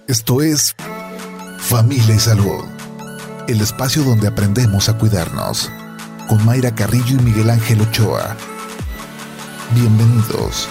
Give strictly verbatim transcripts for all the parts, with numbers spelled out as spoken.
Esto es Familia y Salud, el espacio donde aprendemos a cuidarnos, con Mayra Carrillo y Miguel Ángel Ochoa. Bienvenidos.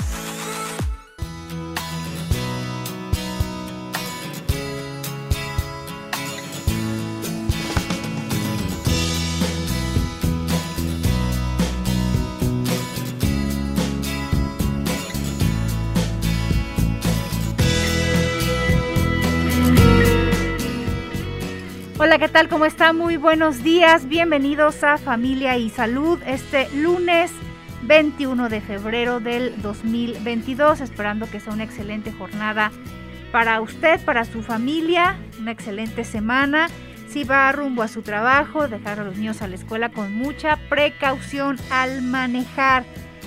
Hola, ¿qué tal? ¿Cómo está? Muy buenos días. Bienvenidos a Familia y Salud este lunes veintiuno de febrero del dos mil veintidós. Esperando que sea una excelente jornada para usted, para su familia, una excelente semana. Si va rumbo a su trabajo, dejar a los niños a la escuela con mucha precaución al manejar.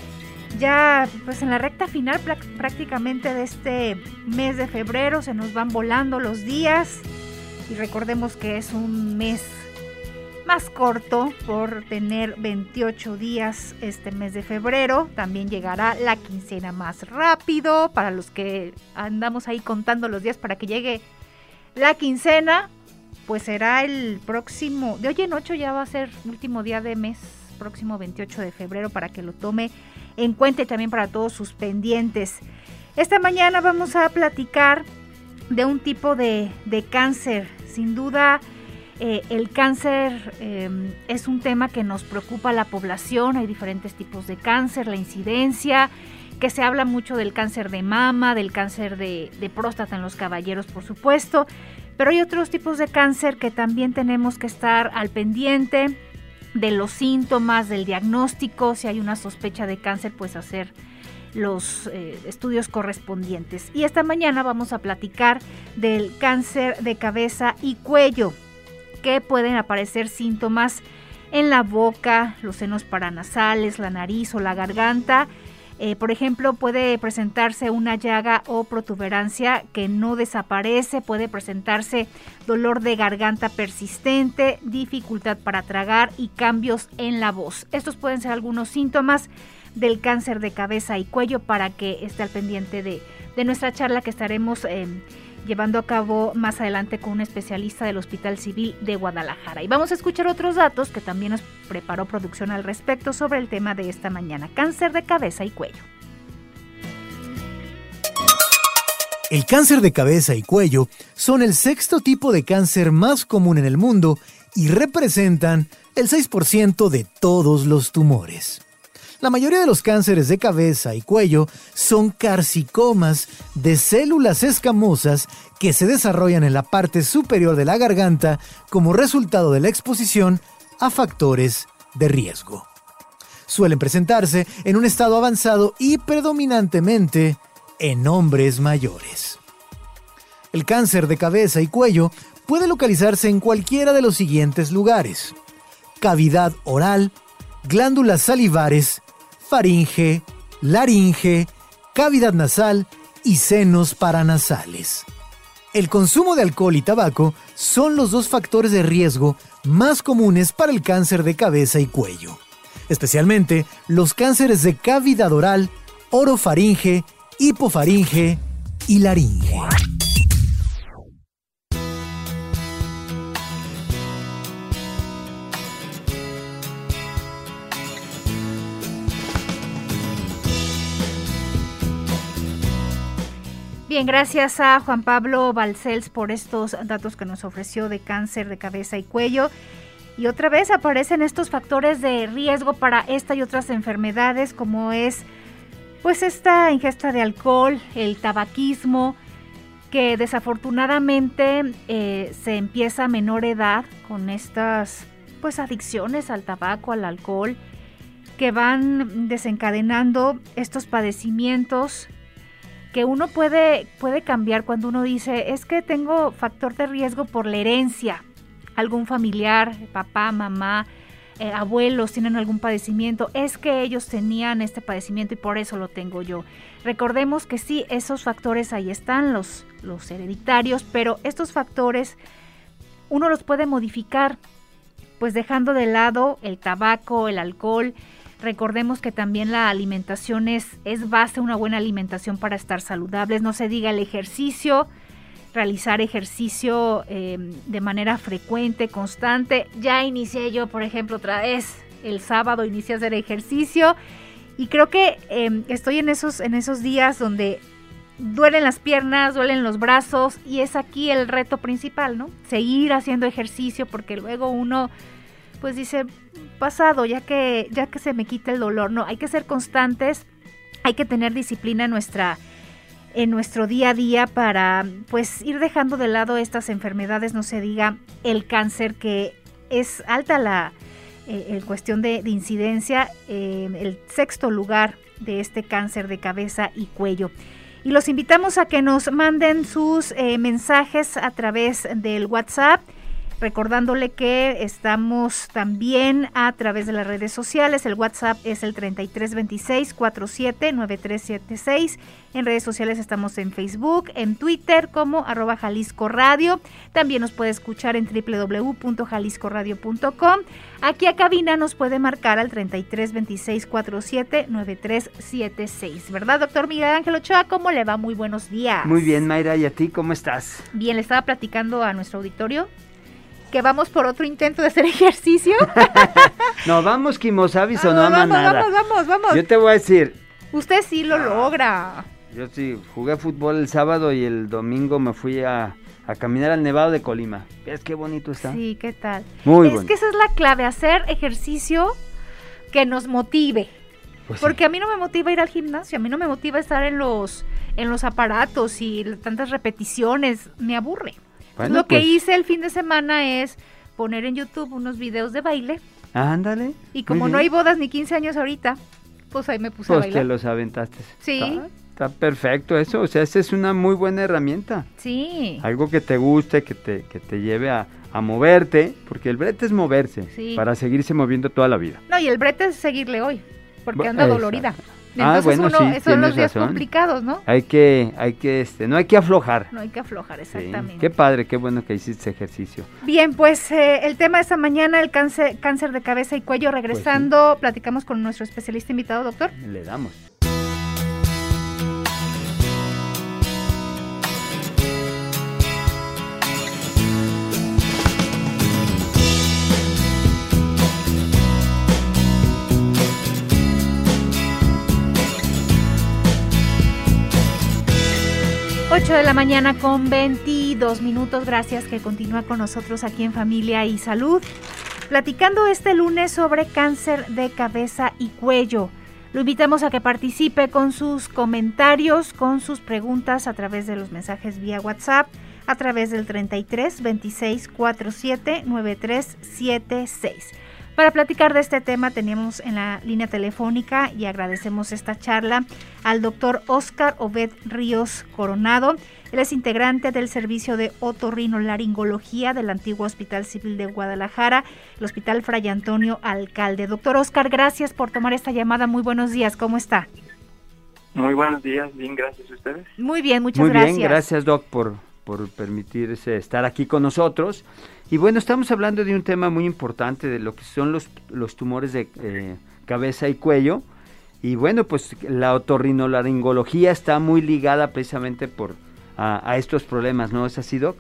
Ya pues en la recta final prácticamente de este mes de febrero se nos van volando los días. Y recordemos que es un mes más corto por tener veintiocho días este mes de febrero. También llegará la quincena más rápido para los que andamos ahí contando los días para que llegue la quincena. Pues será el próximo, de hoy en ocho ya va a ser último día de mes, próximo veintiocho de febrero, para que lo tome en cuenta y también para todos sus pendientes. Esta mañana vamos a platicar de un tipo de, de cáncer. Sin duda, eh, el cáncer eh, es un tema que nos preocupa a la población. Hay diferentes tipos de cáncer, la incidencia, que se habla mucho del cáncer de mama, del cáncer de, de próstata en los caballeros, por supuesto, pero hay otros tipos de cáncer que también tenemos que estar al pendiente de los síntomas, del diagnóstico. Si hay una sospecha de cáncer, pues hacer los eh, estudios correspondientes. Y esta mañana vamos a platicar del cáncer de cabeza y cuello, que pueden aparecer síntomas en la boca, los senos paranasales, la nariz o la garganta. Eh, por ejemplo, puede presentarse una llaga o protuberancia que no desaparece, puede presentarse dolor de garganta persistente, dificultad para tragar y cambios en la voz. Estos pueden ser algunos síntomas del cáncer de cabeza y cuello, para que esté al pendiente de, de nuestra charla que estaremos eh, llevando a cabo más adelante con un especialista del Hospital Civil de Guadalajara. Y vamos a escuchar otros datos que también nos preparó producción al respecto sobre el tema de esta mañana: cáncer de cabeza y cuello. El cáncer de cabeza y cuello son el sexto tipo de cáncer más común en el mundo y representan el seis por ciento de todos los tumores. La mayoría de los cánceres de cabeza y cuello son carcicomas de células escamosas que se desarrollan en la parte superior de la garganta como resultado de la exposición a factores de riesgo. Suelen presentarse en un estado avanzado y predominantemente en hombres mayores. El cáncer de cabeza y cuello puede localizarse en cualquiera de los siguientes lugares: cavidad oral, glándulas salivares, faringe, laringe, cavidad nasal y senos paranasales. El consumo de alcohol y tabaco son los dos factores de riesgo más comunes para el cáncer de cabeza y cuello, especialmente los cánceres de cavidad oral, orofaringe, hipofaringe y laringe. Bien, gracias a Juan Pablo Balcells por estos datos que nos ofreció de cáncer de cabeza y cuello. Y otra vez aparecen estos factores de riesgo para esta y otras enfermedades, como es pues esta ingesta de alcohol, el tabaquismo, que desafortunadamente eh, se empieza a menor edad con estas pues adicciones al tabaco, al alcohol, que van desencadenando estos padecimientos que uno puede, puede cambiar cuando uno dice: es que tengo factor de riesgo por la herencia, algún familiar, papá, mamá, eh, abuelos tienen algún padecimiento, es que ellos tenían este padecimiento y por eso lo tengo yo. Recordemos que sí, esos factores ahí están, los, los hereditarios, pero estos factores uno los puede modificar, pues dejando de lado el tabaco, el alcohol. Recordemos que también la alimentación es, es base, una buena alimentación para estar saludables. No se diga el ejercicio, realizar ejercicio eh, de manera frecuente, constante. Ya inicié yo, por ejemplo, otra vez el sábado inicié a hacer ejercicio y creo que eh, estoy en esos, en esos días donde duelen las piernas, duelen los brazos y es aquí el reto principal, ¿no? Seguir haciendo ejercicio porque luego uno pues dice, pasado, ya que, ya que se me quita el dolor. No, hay que ser constantes, hay que tener disciplina en nuestra en nuestro día a día para pues ir dejando de lado estas enfermedades, no se diga el cáncer, que es alta la eh, en cuestión de, de incidencia, eh, el sexto lugar de este cáncer de cabeza y cuello. Y los invitamos a que nos manden sus eh, mensajes a través del WhatsApp, recordándole que estamos también a través de las redes sociales. El WhatsApp es el treinta y tres veintiséis cuarenta y siete noventa y tres setenta y seis. En redes sociales estamos en Facebook, en Twitter como arroba Jalisco Radio. También nos puede escuchar en doble u doble u doble u punto jalisco radio punto com. Aquí a cabina nos puede marcar al treinta y tres veintiséis cuarenta y siete noventa y tres setenta y seis. ¿Verdad, doctor Miguel Ángel Ochoa? ¿Cómo le va? Muy buenos días. Muy bien, Mayra. ¿Y a ti cómo estás? Bien, le estaba platicando a nuestro auditorio que vamos por otro intento de hacer ejercicio. No, vamos, Kimosabi, ah, o no ama vamos, nada. Vamos, vamos, vamos. Yo te voy a decir. Usted sí lo logra. Yo sí, jugué fútbol el sábado y el domingo me fui a, a caminar al Nevado de Colima. ¿Ves qué bonito está? Sí, ¿qué tal? Muy es bueno. que esa es la clave, hacer ejercicio que nos motive. Pues porque sí. A mí no me motiva ir al gimnasio, a mí no me motiva estar en los, en los aparatos y tantas repeticiones, me aburre. Bueno, lo pues, que hice el fin de semana es poner en YouTube unos videos de baile. Ándale. Y como no hay bodas ni quince años ahorita, pues ahí me puse pues a bailar. Pues te los aventaste. Sí. Está, está perfecto eso, o sea, esa es una muy buena herramienta. Sí. Algo que te guste, que te, que te lleve a, a moverte, porque el brete es moverse, sí. Para seguirse moviendo toda la vida. No, y el brete es seguirle hoy, porque anda Exacto. dolorida. Entonces ah, bueno, uno, sí, esos son los días razón. complicados, ¿no? Hay que, hay que, este, no hay que aflojar. No hay que aflojar, exactamente. Sí. Qué padre, qué bueno que hiciste ejercicio. Bien, pues eh, el tema de esta mañana, el cáncer, cáncer de cabeza y cuello. Regresando, pues sí. Platicamos con nuestro especialista invitado, doctor. Le damos. ocho de la mañana con veintidós minutos, gracias que continúa con nosotros aquí en Familia y Salud, platicando este lunes sobre cáncer de cabeza y cuello. Lo invitamos a que participe con sus comentarios, con sus preguntas a través de los mensajes vía WhatsApp, a través del treinta y tres veintiséis cuarenta y siete noventa y tres setenta y seis. Para platicar de este tema tenemos en la línea telefónica y agradecemos esta charla al doctor Óscar Obed Ríos Coronado. Él es integrante del servicio de otorrinolaringología del antiguo Hospital Civil de Guadalajara, el Hospital Fray Antonio Alcalde. Doctor Óscar, gracias por tomar esta llamada. Muy buenos días, ¿cómo está? Muy buenos días, bien, gracias a ustedes. Muy bien, muchas Muy gracias. Muy bien, gracias, Doc, por, por permitirse estar aquí con nosotros. Y bueno, estamos hablando de un tema muy importante, de lo que son los, los tumores de eh, cabeza y cuello. Y bueno, pues la otorrinolaringología está muy ligada precisamente por a, a estos problemas, ¿no es así, Doc?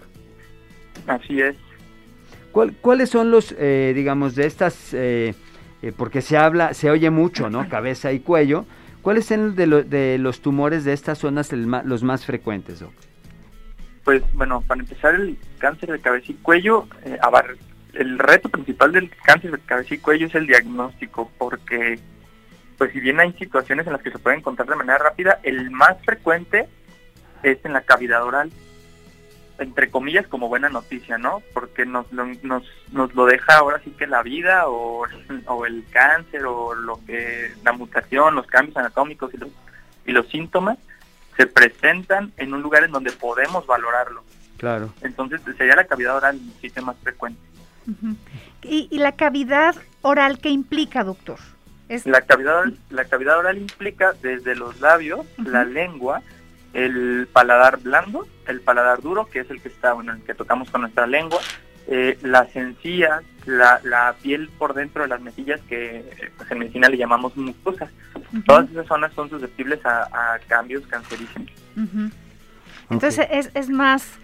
Así es. ¿Cuál, ¿Cuáles son los, eh, digamos, de estas, eh, eh, porque se habla, se oye mucho, ¿no? Cabeza y cuello. ¿Cuáles son de, lo, de los tumores de estas zonas el, los más frecuentes, Doc? Pues bueno, para empezar, el cáncer de cabeza y cuello, eh, abar- el reto principal del cáncer de cabeza y cuello es el diagnóstico, porque pues si bien hay situaciones en las que se puede encontrar de manera rápida, el más frecuente es en la cavidad oral, entre comillas como buena noticia, ¿no? Porque nos lo, nos, nos lo deja ahora sí que la vida o, o el cáncer o lo que la mutación, los cambios anatómicos y los, y los síntomas se presentan en un lugar en donde podemos valorarlo. Claro. Entonces sería la cavidad oral el sitio más frecuente. Uh-huh. ¿Y, ¿Y la cavidad oral qué implica, doctor? ¿Es... La cavidad la cavidad oral implica desde los labios, uh-huh. la lengua, el paladar blando, el paladar duro, que es el que está, bueno, el que tocamos con nuestra lengua, eh, las encías, la, la piel por dentro de las mejillas, que pues, en medicina le llamamos mucosas. Uh-huh. Todas esas zonas son susceptibles a, a cambios cancerígenos. Uh-huh. Entonces okay. es, es más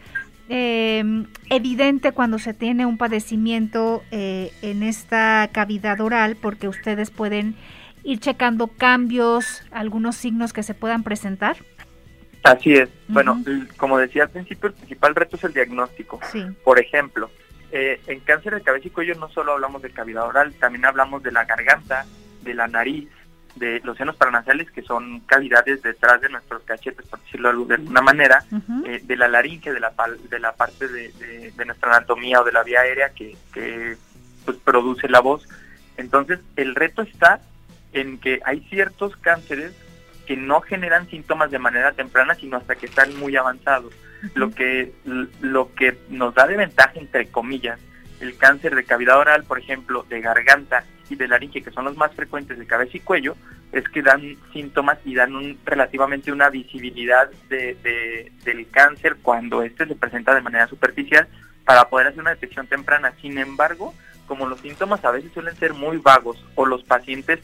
eh, evidente cuando se tiene un padecimiento eh, en esta cavidad oral, porque ustedes pueden ir checando cambios, algunos signos que se puedan presentar. Así es. Uh-huh. Bueno, como decía al principio, el principal reto es el diagnóstico. Sí. Por ejemplo, eh, en cáncer de cabeza y cuello no solo hablamos de cavidad oral, también hablamos de la garganta, de la nariz, de los senos paranasales, que son cavidades detrás de nuestros cachetes, por decirlo de alguna manera, uh-huh. eh, de la laringe, de la de la parte de, de, de nuestra anatomía o de la vía aérea que, que pues, produce la voz. Entonces, el reto está en que hay ciertos cánceres que no generan síntomas de manera temprana, sino hasta que están muy avanzados. Uh-huh. Lo que lo que nos da de ventaja, entre comillas, el cáncer de cavidad oral, por ejemplo, de garganta y de laringe, que son los más frecuentes de cabeza y cuello, es que dan síntomas y dan un, relativamente una visibilidad de, de, del cáncer cuando este se presenta de manera superficial para poder hacer una detección temprana. Sin embargo, como los síntomas a veces suelen ser muy vagos o los pacientes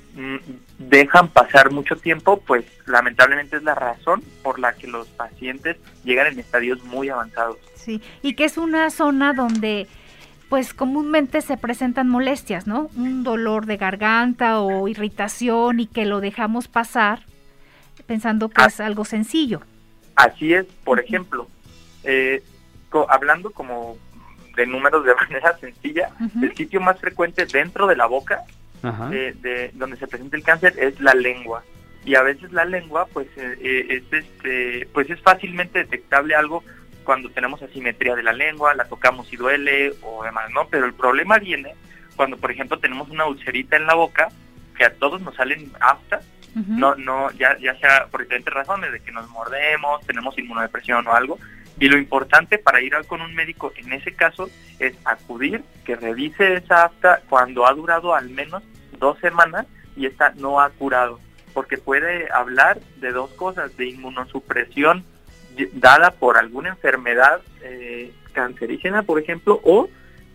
dejan pasar mucho tiempo, pues lamentablemente es la razón por la que los pacientes llegan en estadios muy avanzados. Sí, y que es una zona donde pues comúnmente se presentan molestias, ¿no? Un dolor de garganta o irritación y que lo dejamos pasar pensando que ah, es algo sencillo. Así es, por uh-huh. ejemplo, eh, co- hablando como de números de manera sencilla, uh-huh. el sitio más frecuente dentro de la boca De, de donde se presenta el cáncer es la lengua, y a veces la lengua pues eh, es este pues es fácilmente detectable algo cuando tenemos asimetría de la lengua, la tocamos y duele o demás, ¿no? Pero el problema viene cuando, por ejemplo, tenemos una ulcerita en la boca, que a todos nos salen aftas, uh-huh. no no ya ya sea por diferentes razones, de que nos mordemos, tenemos inmunodepresión o algo. Y lo importante para ir con un médico en ese caso es acudir, que revise esa afta cuando ha durado al menos dos semanas y esta no ha curado, porque puede hablar de dos cosas: de inmunosupresión dada por alguna enfermedad eh, cancerígena, por ejemplo, o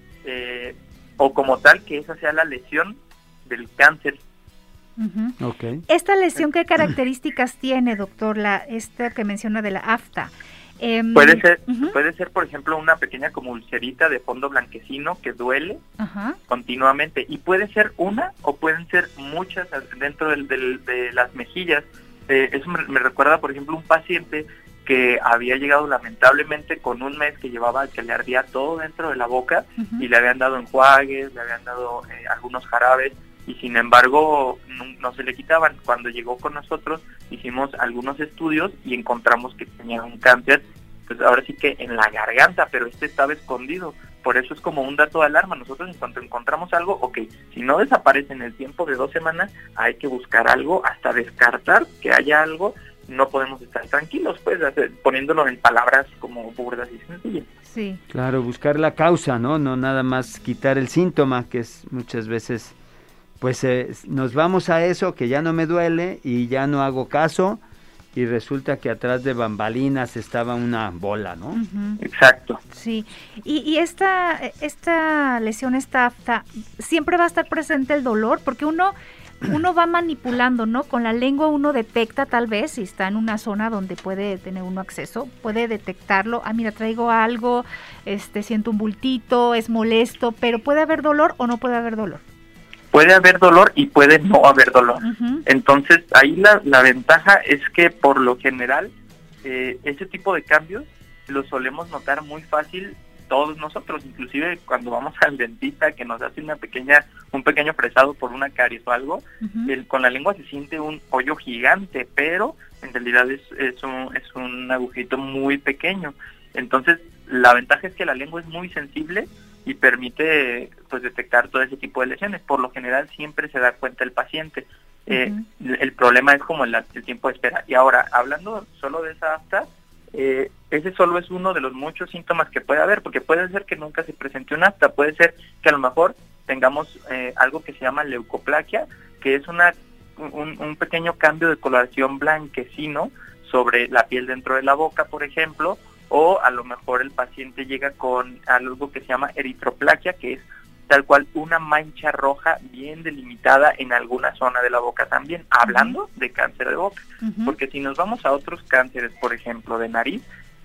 eh, o como tal que esa sea la lesión del cáncer. Uh-huh. Okay. ¿Esta lesión qué características tiene, doctor? La esta que menciona de la afta. Eh, puede ser, uh-huh. puede ser, por ejemplo, una pequeña como ulcerita de fondo blanquecino que duele uh-huh. continuamente, y puede ser una o pueden ser muchas dentro del, del, de las mejillas. Eh, eso me, me recuerda, por ejemplo, un paciente que había llegado lamentablemente con un mes que llevaba, que le ardía todo dentro de la boca uh-huh. y le habían dado enjuagues, le habían dado eh, algunos jarabes, y sin embargo no, no se le quitaban. Cuando llegó con nosotros hicimos algunos estudios y encontramos que tenía un cáncer, pues ahora sí que en la garganta, pero este estaba escondido. Por eso es como un dato de alarma. Nosotros en cuanto encontramos algo, ok, si no desaparece en el tiempo de dos semanas, hay que buscar algo hasta descartar que haya algo. No podemos estar tranquilos, pues, poniéndolo en palabras como burdas y sencillas. Sí. Claro, buscar la causa, ¿no? No nada más quitar el síntoma, que es muchas veces... pues eh, nos vamos a eso, que ya no me duele y ya no hago caso, y resulta que atrás de bambalinas estaba una bola, ¿no? Uh-huh. Exacto. Sí, y, y esta esta lesión, esta afta, ¿siempre va a estar presente el dolor? Porque uno uno va manipulando, ¿no? Con la lengua uno detecta tal vez si está en una zona donde puede tener uno acceso, puede detectarlo. Ah, mira, traigo algo, este, siento un bultito, es molesto, pero ¿puede haber dolor o no puede haber dolor? Puede haber dolor y puede no haber dolor. Uh-huh. Entonces, ahí la, la ventaja es que por lo general, eh, ese tipo de cambios los solemos notar muy fácil todos nosotros, inclusive cuando vamos al dentista que nos hace una pequeña, un pequeño fresado por una caries o algo, uh-huh. el, con la lengua se siente un hoyo gigante, pero en realidad es, es, un, es un agujerito muy pequeño. Entonces, la ventaja es que la lengua es muy sensible y permite pues detectar todo ese tipo de lesiones. Por lo general siempre se da cuenta el paciente. Eh, uh-huh. El problema es como el, el tiempo de espera. Y ahora, hablando solo de esa afta, eh, ese solo es uno de los muchos síntomas que puede haber, porque puede ser que nunca se presente un afta, puede ser que a lo mejor tengamos eh, algo que se llama leucoplaquia, que es una un, un pequeño cambio de coloración blanquecino sobre la piel dentro de la boca, por ejemplo, o a lo mejor el paciente llega con algo que se llama eritroplaquia, que es tal cual una mancha roja bien delimitada en alguna zona de la boca también, hablando uh-huh. de cáncer de boca. Uh-huh. Porque si nos vamos a otros cánceres, por ejemplo, de nariz,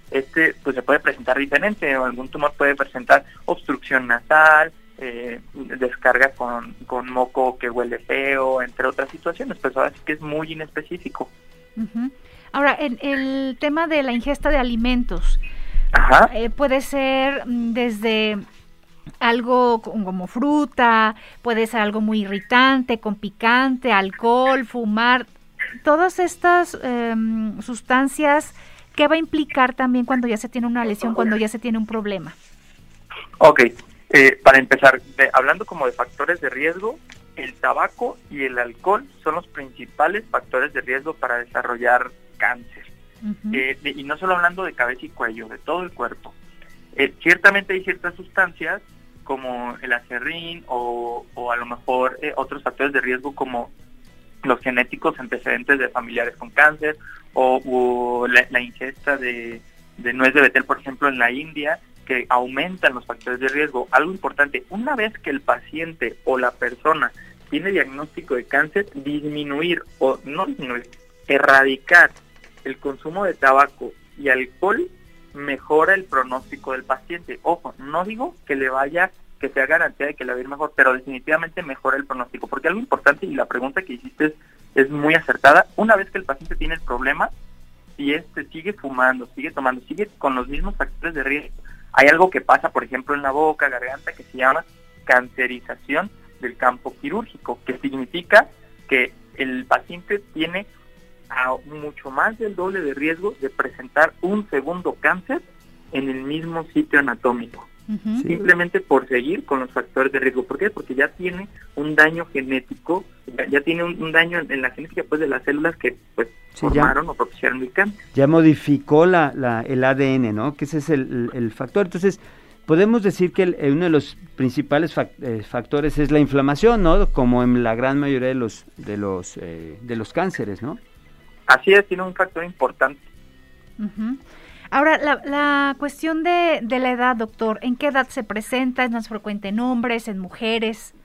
este pues se puede presentar diferente, o algún tumor puede presentar obstrucción nasal, eh, descarga con, con moco que huele feo, entre otras situaciones, pues ahora sí que es muy inespecífico. Uh-huh. Ahora, en el tema de la ingesta de alimentos, Ajá. Eh, puede ser desde algo como fruta, puede ser algo muy irritante, con picante, alcohol, fumar, todas estas eh, sustancias, ¿qué va a implicar también cuando ya se tiene una lesión, cuando ya se tiene un problema? Ok, eh, para empezar, de, hablando como de factores de riesgo, el tabaco y el alcohol son los principales factores de riesgo para desarrollar cáncer. Uh-huh. Eh, de, y no solo hablando de cabeza y cuello, de todo el cuerpo. Eh, ciertamente hay ciertas sustancias como el acerrín o, o a lo mejor eh, otros factores de riesgo como los genéticos antecedentes de familiares con cáncer o, o la, la ingesta de, de nuez de betel, por ejemplo, en la India, que aumentan los factores de riesgo. Algo importante, una vez que el paciente o la persona tiene diagnóstico de cáncer, disminuir o no disminuir, erradicar el consumo de tabaco y alcohol mejora el pronóstico del paciente. Ojo, no digo que le vaya, que sea garantía de que le va a ir mejor, pero definitivamente mejora el pronóstico, porque algo importante, y la pregunta que hiciste es, es muy acertada, una vez que el paciente tiene el problema, si este sigue fumando, sigue tomando, sigue con los mismos factores de riesgo, hay algo que pasa, por ejemplo, en la boca, garganta, que se llama cancerización del campo quirúrgico, que significa que el paciente tiene a mucho más del doble de riesgo de presentar un segundo cáncer en el mismo sitio anatómico. Uh-huh. Simplemente por seguir con los factores de riesgo. ¿Por qué? Porque ya tiene un daño genético, ya, ya tiene un, un daño en, en la genética pues de las células que pues sí, formaron ya, o propiciaron el cáncer. Ya modificó la, la, el A D N, ¿no? Que ese es el, el, el factor. Entonces, podemos decir que el, uno de los principales fact, eh, factores es la inflamación, ¿no? Como en la gran mayoría de los de los eh, de los cánceres, ¿no? Así es, tiene un factor importante. Uh-huh. Ahora, la, la cuestión de, de la edad, doctor, ¿en qué edad se presenta? ¿Es más frecuente en hombres, en mujeres?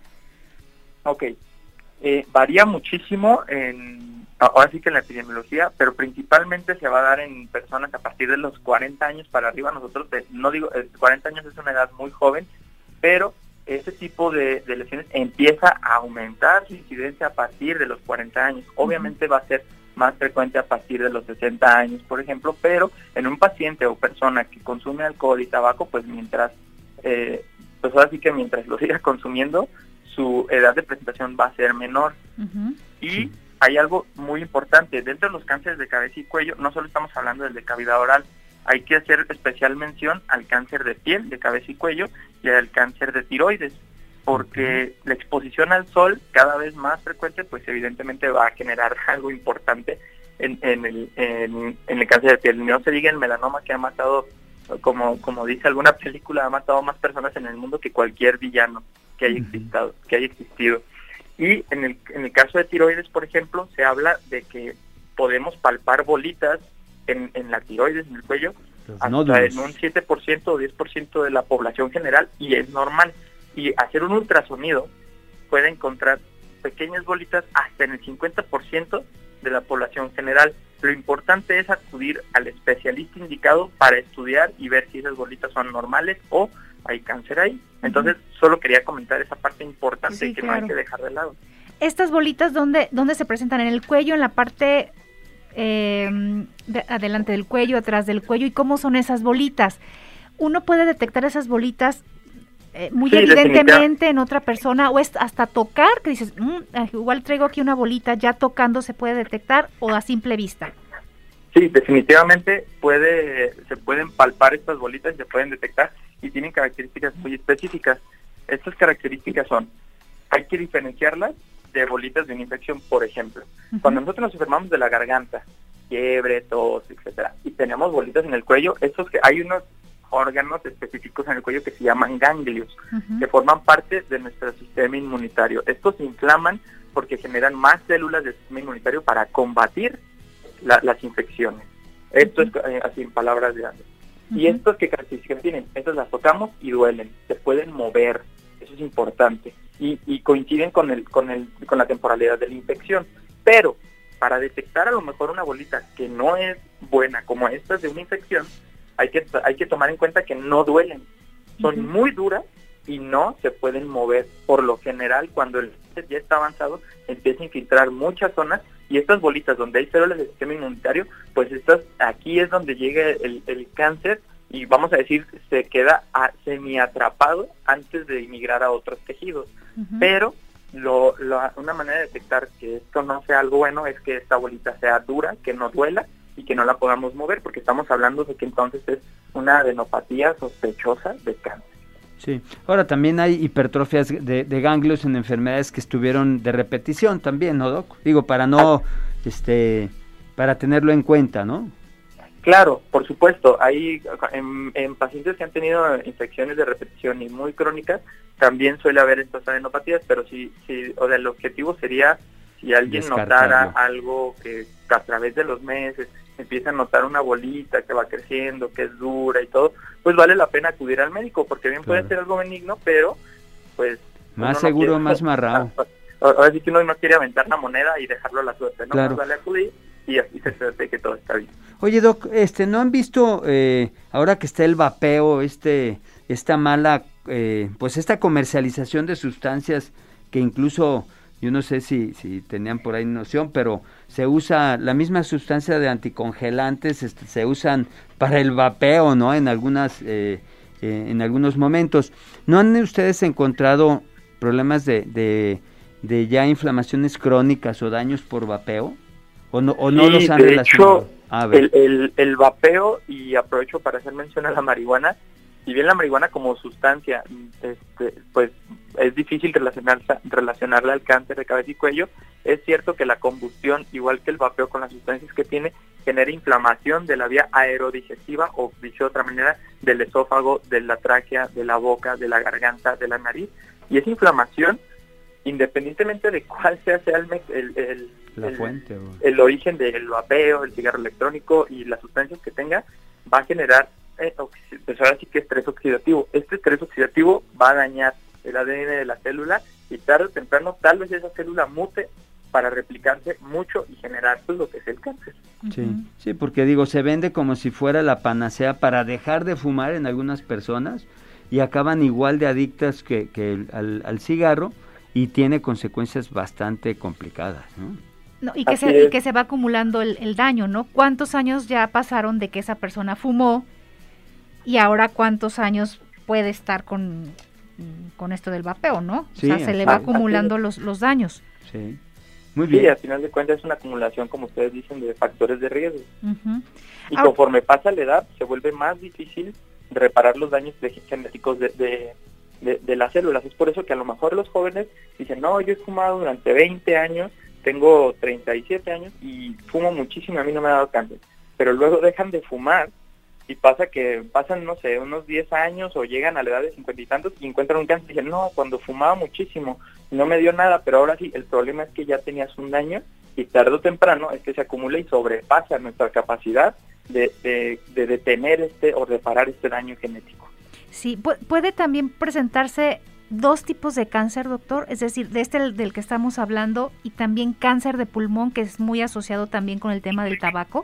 Ok, eh, varía muchísimo, en, ahora sí que en la epidemiología, pero principalmente se va a dar en personas a partir de los cuarenta años para arriba. Nosotros, eh, no digo, eh, cuarenta años es una edad muy joven, pero ese tipo de, de lesiones empieza a aumentar su incidencia a partir de los cuarenta años. Obviamente va a ser más frecuente a partir de los sesenta años, por ejemplo, pero en un paciente o persona que consume alcohol y tabaco, pues mientras, eh, pues ahora sí que mientras lo siga consumiendo, su edad de presentación va a ser menor. Uh-huh. Y hay algo muy importante, dentro de los cánceres de cabeza y cuello, no solo estamos hablando del de cavidad oral, hay que hacer especial mención al cáncer de piel, de cabeza y cuello, y al cáncer de tiroides, porque la exposición al sol cada vez más frecuente, pues evidentemente va a generar algo importante en, en, el, en, en el cáncer de piel. No se diga el melanoma, que ha matado, como como dice alguna película, ha matado más personas en el mundo que cualquier villano que haya existido. Que haya existido. Y en el, en el caso de tiroides, por ejemplo, se habla de que podemos palpar bolitas en, en la tiroides, en el cuello, Los hasta nódulos. En un siete por ciento o diez por ciento de la población general, y es normal. Y hacer un ultrasonido puede encontrar pequeñas bolitas hasta en el cincuenta por ciento de la población general. Lo importante es acudir al especialista indicado para estudiar y ver si esas bolitas son normales o hay cáncer ahí. Entonces, uh-huh. solo quería comentar esa parte importante sí, que claro. no hay que dejar de lado. ¿Estas bolitas dónde, dónde se presentan? ¿En el cuello, en la parte eh, de, adelante del cuello, atrás del cuello? ¿Y cómo son esas bolitas? ¿Uno puede detectar esas bolitas Eh, muy sí, evidentemente en otra persona, o es hasta tocar, que dices, mmm, igual traigo aquí una bolita, ya tocando se puede detectar, o a simple vista? Sí, definitivamente puede, se pueden palpar estas bolitas y se pueden detectar, y tienen características muy específicas. Estas características son, hay que diferenciarlas de bolitas de una infección, por ejemplo. Uh-huh. Cuando nosotros nos enfermamos de la garganta, fiebre, tos, etcétera, y tenemos bolitas en el cuello, estos que hay unos órganos específicos en el cuello que se llaman ganglios, uh-huh. que forman parte de nuestro sistema inmunitario. Estos se inflaman porque generan más células del sistema inmunitario para combatir la, las infecciones. Esto uh-huh. es eh, así en palabras grandes. Uh-huh. ¿Y estos qué características tienen? Estas las tocamos y duelen, se pueden mover, eso es importante, y, y coinciden con el, con el, con la temporalidad de la infección. Pero para detectar a lo mejor una bolita que no es buena como estas de una infección, hay que, hay que tomar en cuenta que no duelen, son Uh-huh. muy duras y no se pueden mover. Por lo general, cuando el cáncer ya está avanzado, empieza a infiltrar muchas zonas, y estas bolitas donde hay células del sistema inmunitario, pues estas, aquí es donde llega el, el cáncer, y vamos a decir, se queda a, semi-atrapado antes de migrar a otros tejidos. Uh-huh. Pero lo, lo, una manera de detectar que esto no sea algo bueno es que esta bolita sea dura, que no duela y que no la podamos mover, porque estamos hablando de que entonces es una adenopatía sospechosa de cáncer. Sí, ahora también hay hipertrofias de, de ganglios en enfermedades que estuvieron de repetición también, ¿no, Doc? Digo, para no, este, para tenerlo en cuenta, ¿no? Claro, por supuesto, hay en, en pacientes que han tenido infecciones de repetición y muy crónicas, también suele haber estas adenopatías, pero sí, sí, o sea, el objetivo sería si alguien notara algo que a través de los meses empieza a notar una bolita que va creciendo, que es dura y todo, pues vale la pena acudir al médico, porque bien claro. puede ser algo benigno, pero pues... Más no seguro, quiere, más marrado. Ahora sí que uno no quiere aventar la moneda y dejarlo a la suerte, ¿no? Claro. Pues vale acudir y así se trata de que todo está bien. Oye, Doc, este, ¿no han visto, eh, ahora que está el vapeo, este, esta mala, eh, pues esta comercialización de sustancias que incluso... Yo no sé si, si tenían por ahí noción, pero se usa la misma sustancia de anticongelantes, este, se usan para el vapeo, ¿no? En algunas, eh, eh, en algunos momentos. ¿No han ustedes encontrado problemas de, de, de ya inflamaciones crónicas o daños por vapeo? ¿O no, o no sí, los han de relacionado? Hecho, a ver. El, el, el vapeo, y aprovecho para hacer mención a la marihuana, si bien la marihuana como sustancia, este, pues es difícil relacionarla, relacionarla al cáncer de cabeza y cuello, es cierto que la combustión, igual que el vapeo con las sustancias que tiene, genera inflamación de la vía aerodigestiva, o dicho de otra manera, del esófago, de la tráquea, de la boca, de la garganta, de la nariz, y esa inflamación, independientemente de cuál sea, sea el, el, el, la el, fuente, o... el origen del vapeo, el cigarro electrónico y las sustancias que tenga, va a generar pues ahora sí que estrés oxidativo. Este estrés oxidativo va a dañar el A D N de la célula y tarde o temprano tal vez esa célula mute para replicarse mucho y generar pues lo que es el cáncer. Sí, sí, porque digo, se vende como si fuera la panacea para dejar de fumar en algunas personas y acaban igual de adictas que, que el, al, al cigarro, y tiene consecuencias bastante complicadas, ¿no? No, y, que se, y que se va acumulando el, el daño, ¿no? ¿Cuántos años ya pasaron de que esa persona fumó? Y ahora cuántos años puede estar con, con esto del vapeo, ¿no? Sí, o sea, se le va acumulando los, los daños. Sí, muy bien. Sí, al final de cuentas es una acumulación, como ustedes dicen, de factores de riesgo. Uh-huh. Y ahora, conforme pasa la edad, se vuelve más difícil reparar los daños de, genéticos de, de, de, de las células. Es por eso que a lo mejor los jóvenes dicen, no, yo he fumado durante veinte años, tengo treinta y siete años y fumo muchísimo, a mí no me ha dado cáncer. Pero luego dejan de fumar, y pasa que pasan, no sé, unos diez años o llegan a la edad de cincuenta y tantos y encuentran un cáncer y dicen, no, cuando fumaba muchísimo, no me dio nada, pero ahora sí, el problema es que ya tenías un daño y tarde o temprano es que se acumula y sobrepasa nuestra capacidad de, de, de detener este o reparar este daño genético. Sí, pu- puede también presentarse dos tipos de cáncer, doctor, es decir, de este del que estamos hablando y también cáncer de pulmón, que es muy asociado también con el tema del tabaco.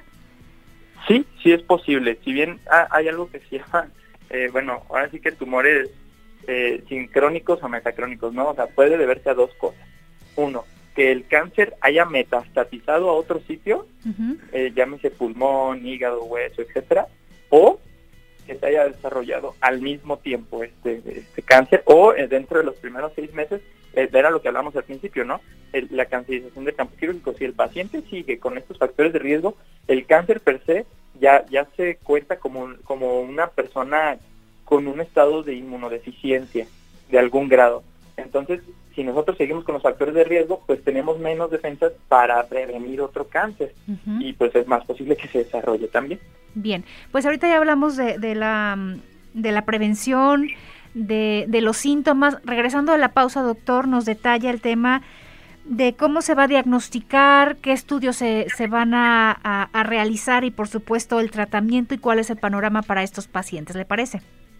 Sí, sí es posible. Si bien ah, hay algo que se llama, eh, bueno, ahora sí que tumores eh, sincrónicos o metacrónicos, ¿no? O sea, puede deberse a dos cosas. Uno, que el cáncer haya metastatizado a otro sitio, uh-huh. eh, llámese pulmón, hígado, hueso, etcétera, o que se haya desarrollado al mismo tiempo este, este cáncer, o eh, dentro de los primeros seis meses, eh, era lo que hablamos al principio, ¿no? El, la cancerización del campo quirúrgico. Si el paciente sigue con estos factores de riesgo, el cáncer per se ya ya se cuenta como, como una persona con un estado de inmunodeficiencia de algún grado. Entonces, si nosotros seguimos con los factores de riesgo, pues tenemos menos defensas para prevenir otro cáncer, uh-huh. y pues es más posible que se desarrolle también. Bien, pues ahorita ya hablamos de, de la de la prevención, de, de los síntomas. Regresando a la pausa, doctor, nos detalla el tema de cómo se va a diagnosticar, qué estudios se, se van a, a, a realizar y, por supuesto, el tratamiento y cuál es el panorama para estos pacientes. ¿Le parece?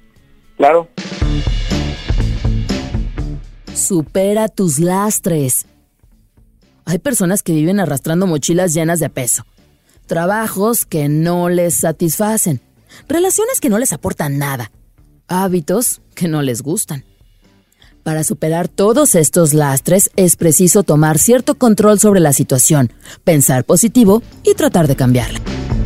Claro. Supera tus lastres. Hay personas que viven arrastrando mochilas llenas de peso, trabajos que no les satisfacen, relaciones que no les aportan nada, hábitos que no les gustan. Para superar todos estos lastres es preciso tomar cierto control sobre la situación, pensar positivo y tratar de cambiarla.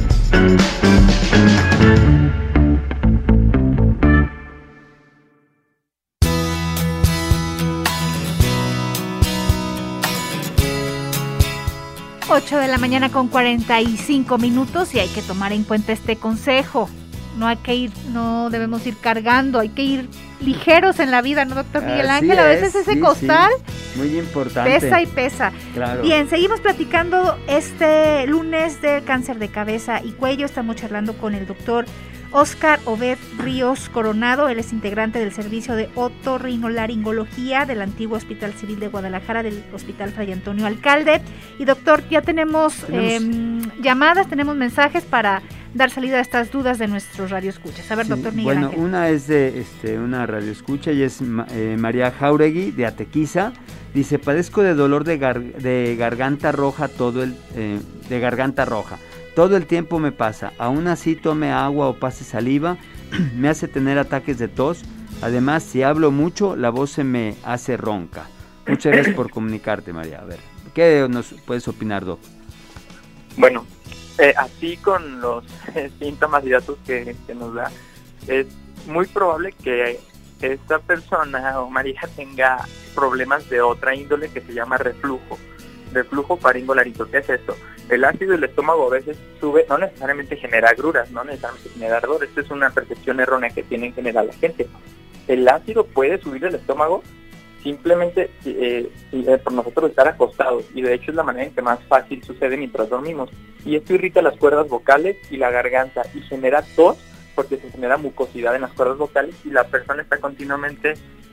ocho de la mañana con cuarenta y cinco minutos y hay que tomar en cuenta este consejo. No hay que ir, no debemos ir cargando, hay que ir ligeros en la vida, ¿no, doctor Miguel Así Ángel? A es, veces ese sí, costal sí. Muy importante. pesa y pesa. Claro. Bien, seguimos platicando este lunes de cáncer de cabeza y cuello. Estamos charlando con el doctor Óscar Obed Ríos Coronado. Él es integrante del servicio de otorrinolaringología del antiguo Hospital Civil de Guadalajara, del Hospital Fray Antonio Alcalde. Y doctor, ya tenemos, tenemos... Eh, llamadas, tenemos mensajes para dar salida a estas dudas de nuestros radioescuchas. A ver, sí, doctor Miguel Bueno, Ángel. Una es de este, una radioescucha y es eh, María Jauregui de Atequiza. Dice, padezco de dolor de, gar de garganta roja todo el eh, de garganta roja. Todo el tiempo me pasa, aún así tome agua o pase saliva, me hace tener ataques de tos. Además, si hablo mucho, la voz se me hace ronca. Muchas gracias por comunicarte, María. A ver, ¿qué nos puedes opinar, Doc? Bueno, eh, así con los eh, síntomas y datos que, que nos da, es muy probable que esta persona o María tenga problemas de otra índole que se llama reflujo. Reflujo faringolarito. ¿Qué es esto? El ácido del estómago a veces sube, no necesariamente genera agruras, no necesariamente genera ardor. Esta es una percepción errónea que tiene en general la gente. El ácido puede subir del estómago simplemente eh, eh, por nosotros estar acostados, y de hecho es la manera en que más fácil sucede mientras dormimos. Y esto irrita las cuerdas vocales y la garganta y genera tos, porque se genera mucosidad en las cuerdas vocales y la persona está continuamente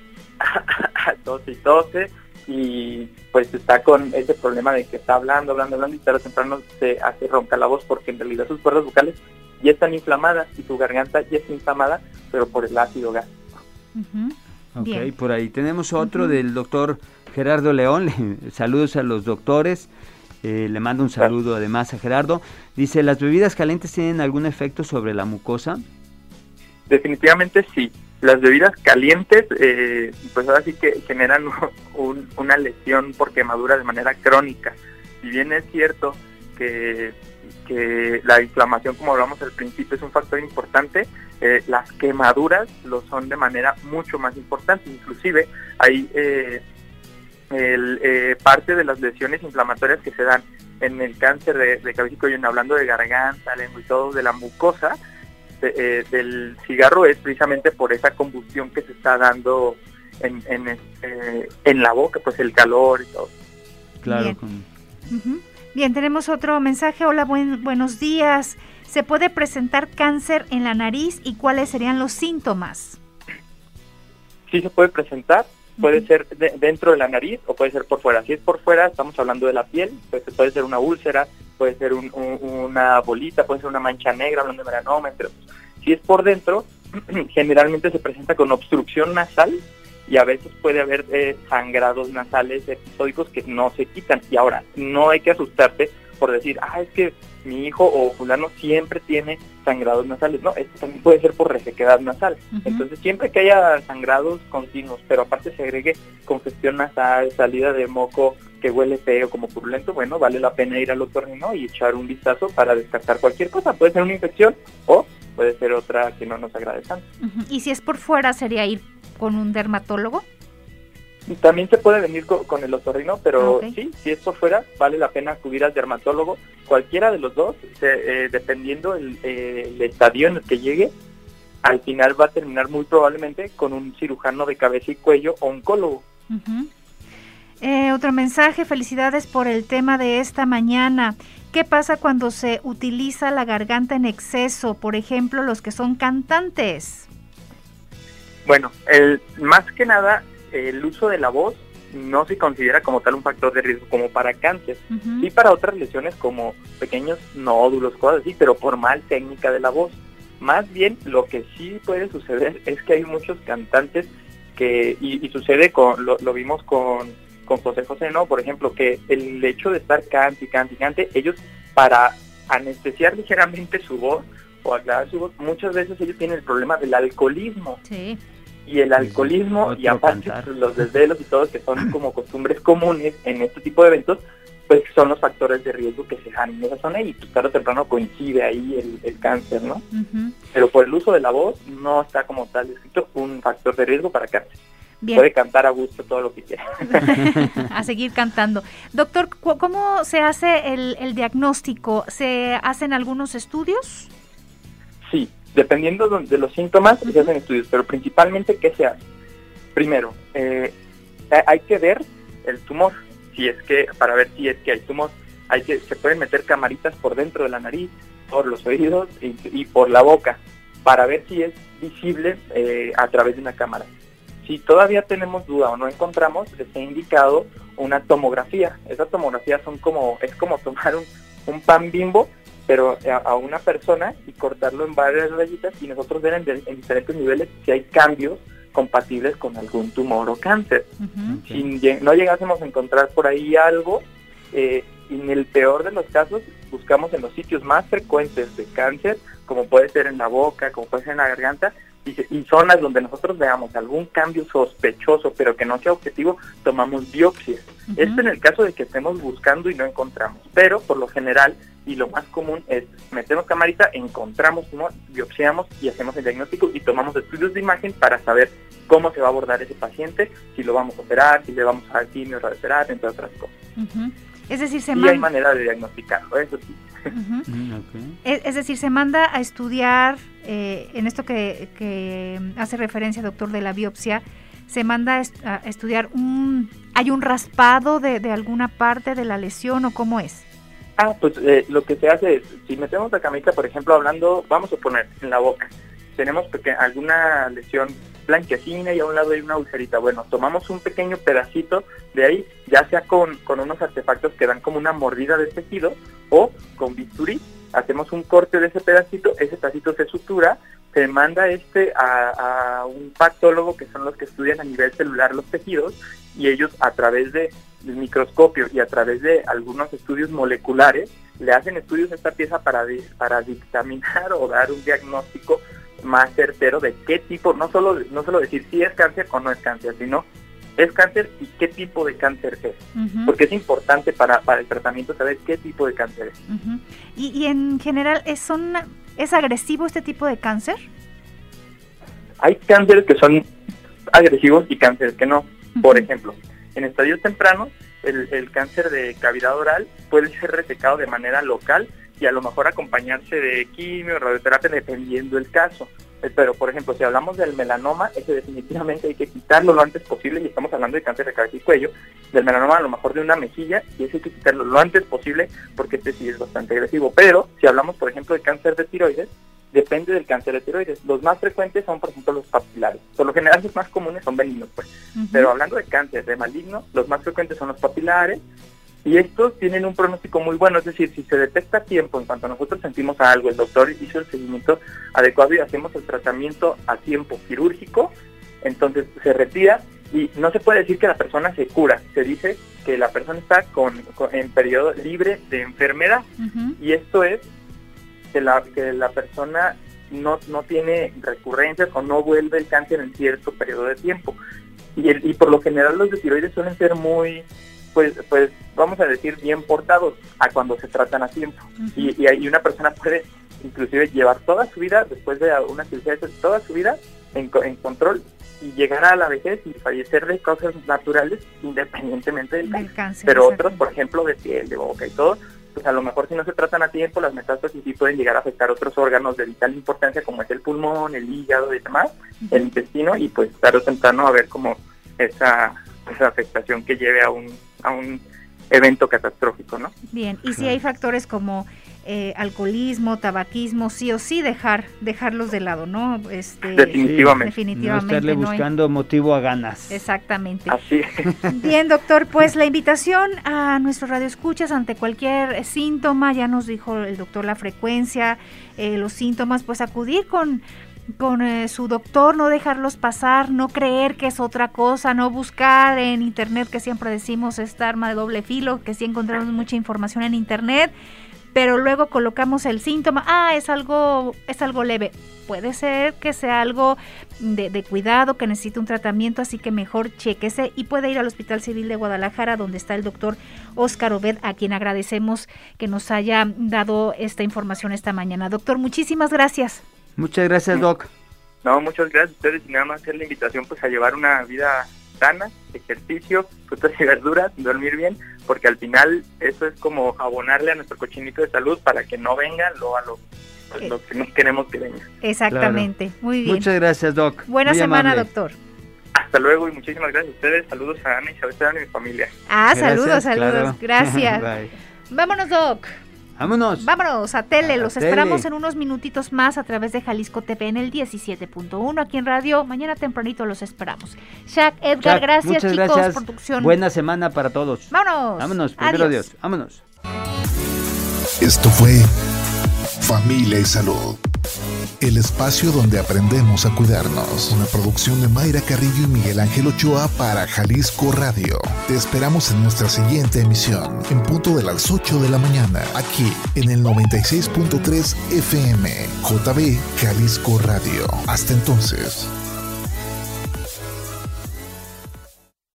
tose y tose, y pues está con ese problema de que está hablando, hablando, hablando y tarde o temprano se hace ronca la voz, porque en realidad sus cuerdas vocales ya están inflamadas y su garganta ya está inflamada, pero por el ácido gástrico. Uh-huh. Ok, Bien. por ahí tenemos otro Uh-huh. del doctor Gerardo León. Saludos a los doctores. Eh, le mando un saludo además a Gerardo. Dice, ¿las bebidas calientes tienen algún efecto sobre la mucosa? Definitivamente sí. Las bebidas calientes, eh, pues ahora sí que generan un, una lesión por quemadura de manera crónica. Si bien es cierto que, que la inflamación, como hablamos al principio, es un factor importante, eh, las quemaduras lo son de manera mucho más importante. Inclusive hay eh, el, eh, parte de las lesiones inflamatorias que se dan en el cáncer de, de cabeza y cuello, hablando de garganta, lengua y todo, de la mucosa, De, eh, del cigarro, es precisamente por esa combustión que se está dando en, en, este, en la boca, pues el calor y todo. Claro. Bien. Con... Uh-huh. Bien, tenemos otro mensaje. Hola, buen, buenos días. ¿Se puede presentar cáncer en la nariz y cuáles serían los síntomas? Sí se puede presentar, puede uh-huh. ser de, dentro de la nariz o puede ser por fuera. Si es por fuera, estamos hablando de la piel, pues puede ser una úlcera, puede ser un, un, una bolita, puede ser una mancha negra, hablando de melanoma, entre otros. Si es por dentro, generalmente se presenta con obstrucción nasal y a veces puede haber eh, sangrados nasales episódicos que no se quitan. Y ahora, no hay que asustarse por decir, ah, es que mi hijo o fulano siempre tiene sangrados nasales. No, esto también puede ser por resequedad nasal. Uh-huh. Entonces, siempre que haya sangrados continuos, pero aparte se agregue congestión nasal, salida de moco que huele feo, como purulento, bueno, vale la pena ir al otorrino y echar un vistazo para descartar cualquier cosa. Puede ser una infección o puede ser otra que no nos agrade tanto. Uh-huh. Y si es por fuera, ¿sería ir con un dermatólogo? También se puede venir con, con el otorrino, pero okay. sí, si es por fuera, vale la pena acudir al dermatólogo. Cualquiera de los dos, se, eh, dependiendo el, eh, el estadio en el que llegue, al final va a terminar muy probablemente con un cirujano de cabeza y cuello o oncólogo. Uh-huh. Eh, otro mensaje, felicidades por el tema de esta mañana. ¿Qué pasa cuando se utiliza la garganta en exceso? Por ejemplo, los que son cantantes. Bueno, el, más que nada, el uso de la voz no se considera como tal un factor de riesgo como para cáncer. Uh-huh. Sí para otras lesiones como pequeños nódulos, cosas así, pero por mal técnica de la voz. Más bien, lo que sí puede suceder es que hay muchos cantantes que, y, y sucede con, lo, lo vimos con, con José José, ¿no? Por ejemplo, que el hecho de estar cante y cante y cante, ellos para anestesiar ligeramente su voz, o aclarar su voz, muchas veces ellos tienen el problema del alcoholismo. Sí. Y el alcoholismo, sí, sí. y aparte pues, los desvelos y todo, que son como costumbres comunes en este tipo de eventos, pues son los factores de riesgo que se dan en esa zona y pues tarde o temprano coincide ahí el, el cáncer, ¿no? Uh-huh. Pero por el uso de la voz no está como tal descrito un factor de riesgo para cáncer. Bien. Puede cantar a gusto todo lo que quiera. A seguir cantando. Doctor, ¿cómo se hace el, el diagnóstico? ¿Se hacen algunos estudios? Sí, dependiendo de los síntomas se hacen estudios, pero principalmente, ¿qué se hace? Primero, eh, hay que ver el tumor, si es que, para ver si es que hay tumor, hay que, se pueden meter camaritas por dentro de la nariz, por los oídos y, y por la boca, para ver si es visible eh, a través de una cámara. Si todavía tenemos duda o no encontramos, les he indicado una tomografía. Esa tomografía son como, es como tomar un, un pan Bimbo, pero a, a una persona y cortarlo en varias rayitas y nosotros ver en, en diferentes niveles si hay cambios compatibles con algún tumor o cáncer. Uh-huh. Si no llegásemos a encontrar por ahí algo, eh, en el peor de los casos buscamos en los sitios más frecuentes de cáncer, como puede ser en la boca, como puede ser en la garganta, y, y zonas donde nosotros veamos algún cambio sospechoso, pero que no sea objetivo, tomamos biopsias. Uh-huh. Esto en el caso de que estemos buscando y no encontramos, pero por lo general, y lo más común es metemos camarita, encontramos tumor, biopsiamos y hacemos el diagnóstico y tomamos estudios de imagen para saber cómo se va a abordar ese paciente, si lo vamos a operar, si le vamos a dar quimio, radioterapia, entre otras cosas. Uh-huh. Es decir, se y man... hay manera de diagnosticarlo, eso sí. Uh-huh. Okay. es, es decir, se manda a estudiar, eh, en esto que, que hace referencia, doctor, de la biopsia, se manda a, est- a estudiar, un, ¿hay un raspado de, de alguna parte de la lesión o cómo es? Ah, pues eh, lo que se hace es, si metemos la camita, por ejemplo, hablando, vamos a poner en la boca, tenemos porque alguna lesión blanquecina y a un lado hay una ulcerita. Bueno, tomamos un pequeño pedacito de ahí, ya sea con, con unos artefactos que dan como una mordida de tejido o con bisturí, hacemos un corte de ese pedacito, ese pedacito se sutura, se manda este a, a un patólogo que son los que estudian a nivel celular los tejidos y ellos a través de, del microscopio y a través de algunos estudios moleculares le hacen estudios a esta pieza para, para dictaminar o dar un diagnóstico más certero de qué tipo, no solo no solo decir si es cáncer o no es cáncer, sino es cáncer y qué tipo de cáncer es. Uh-huh. Porque es importante para, para el tratamiento saber qué tipo de cáncer es. Uh-huh. Y, y en general, ¿es, son, ¿es agresivo este tipo de cáncer? Hay cánceres que son agresivos y cánceres que no. Uh-huh. Por ejemplo, en estadios tempranos, el, el cáncer de cavidad oral puede ser resecado de manera local y a lo mejor acompañarse de quimio, radioterapia, dependiendo el caso. Pero, por ejemplo, si hablamos del melanoma, ese definitivamente hay que quitarlo lo antes posible, y estamos hablando de cáncer de cabeza y cuello, del melanoma a lo mejor de una mejilla, y ese hay que quitarlo lo antes posible, porque este sí es bastante agresivo. Pero, si hablamos, por ejemplo, de cáncer de tiroides, depende del cáncer de tiroides. Los más frecuentes son, por ejemplo, los papilares. Por lo general, los más comunes son benignos, pues. Uh-huh. Pero hablando de cáncer de maligno, los más frecuentes son los papilares, y estos tienen un pronóstico muy bueno, es decir, si se detecta a tiempo, en cuanto nosotros sentimos algo, el doctor hizo el seguimiento adecuado y hacemos el tratamiento a tiempo quirúrgico, entonces se retira y no se puede decir que la persona se cura, se dice que la persona está con, con en periodo libre de enfermedad. Uh-huh. Y esto es que la, que la persona no, no tiene recurrencias o no vuelve el cáncer en cierto periodo de tiempo. Y, el, y por lo general los de tiroides suelen ser muy... Pues, pues vamos a decir bien portados a cuando se tratan a tiempo. Uh-huh. y, y, y una persona puede inclusive llevar toda su vida, después de una cirugía, toda su vida en, en control y llegar a la vejez y fallecer de causas naturales independientemente del cáncer. cáncer Pero exacto. Otros, por ejemplo, de piel, de boca y todo, pues a lo mejor si no se tratan a tiempo, las metástasis sí pueden llegar a afectar otros órganos de vital importancia como es el pulmón, el hígado y demás, uh-huh. el intestino, y pues tarde o temprano a ver como esa, esa afectación que lleve a un a un evento catastrófico, ¿no? Bien, y si hay factores como eh, alcoholismo, tabaquismo, sí o sí dejar dejarlos de lado, ¿no? Este, definitivamente. Sí, definitivamente. No estarle no buscando hay... motivo a ganas. Exactamente. Así es. Bien, doctor, pues la invitación a nuestros radioescuchas ante cualquier síntoma, ya nos dijo el doctor la frecuencia, eh, los síntomas, pues acudir con... con eh, su doctor, no dejarlos pasar, no creer que es otra cosa, no buscar en internet, que siempre decimos esta arma de doble filo, que sí encontramos mucha información en internet, pero luego colocamos el síntoma, ah, es algo, es algo leve. Puede ser que sea algo de, de cuidado, que necesite un tratamiento, así que mejor chéquese y puede ir al Hospital Civil de Guadalajara, donde está el doctor Óscar Obed, a quien agradecemos que nos haya dado esta información esta mañana. Doctor, muchísimas gracias. Muchas gracias, Doc. No, muchas gracias a ustedes y nada más hacer la invitación pues a llevar una vida sana, ejercicio, frutas y verduras, dormir bien, porque al final eso es como abonarle a nuestro cochinito de salud para que no venga lo a lo, pues, lo que no queremos que venga. Exactamente, claro. Muy bien. Muchas gracias, Doc. Buena Muy semana, amable. doctor. Hasta luego y muchísimas gracias a ustedes. Saludos a Ana, Isabel y a mi familia. Ah, Gracias, saludos, saludos. claro. Gracias. Bye. Vámonos, Doc. Vámonos. Vámonos a tele, A los tele. esperamos en unos minutitos más a través de Jalisco T V en el diecisiete punto uno aquí en radio. Mañana tempranito los esperamos. Shaq, Edgar, Chuck, gracias muchas chicos, gracias. producción. Buena semana para todos. Vámonos. Vámonos, primero Adiós. Dios. Vámonos. Esto fue Familia y Salud, el espacio donde aprendemos a cuidarnos. Una producción de Mayra Carrillo y Miguel Ángel Ochoa para Jalisco Radio. Te esperamos en nuestra siguiente emisión, en punto de las ocho de la mañana, aquí en el noventa y seis punto tres F M, J B Jalisco Radio. Hasta entonces.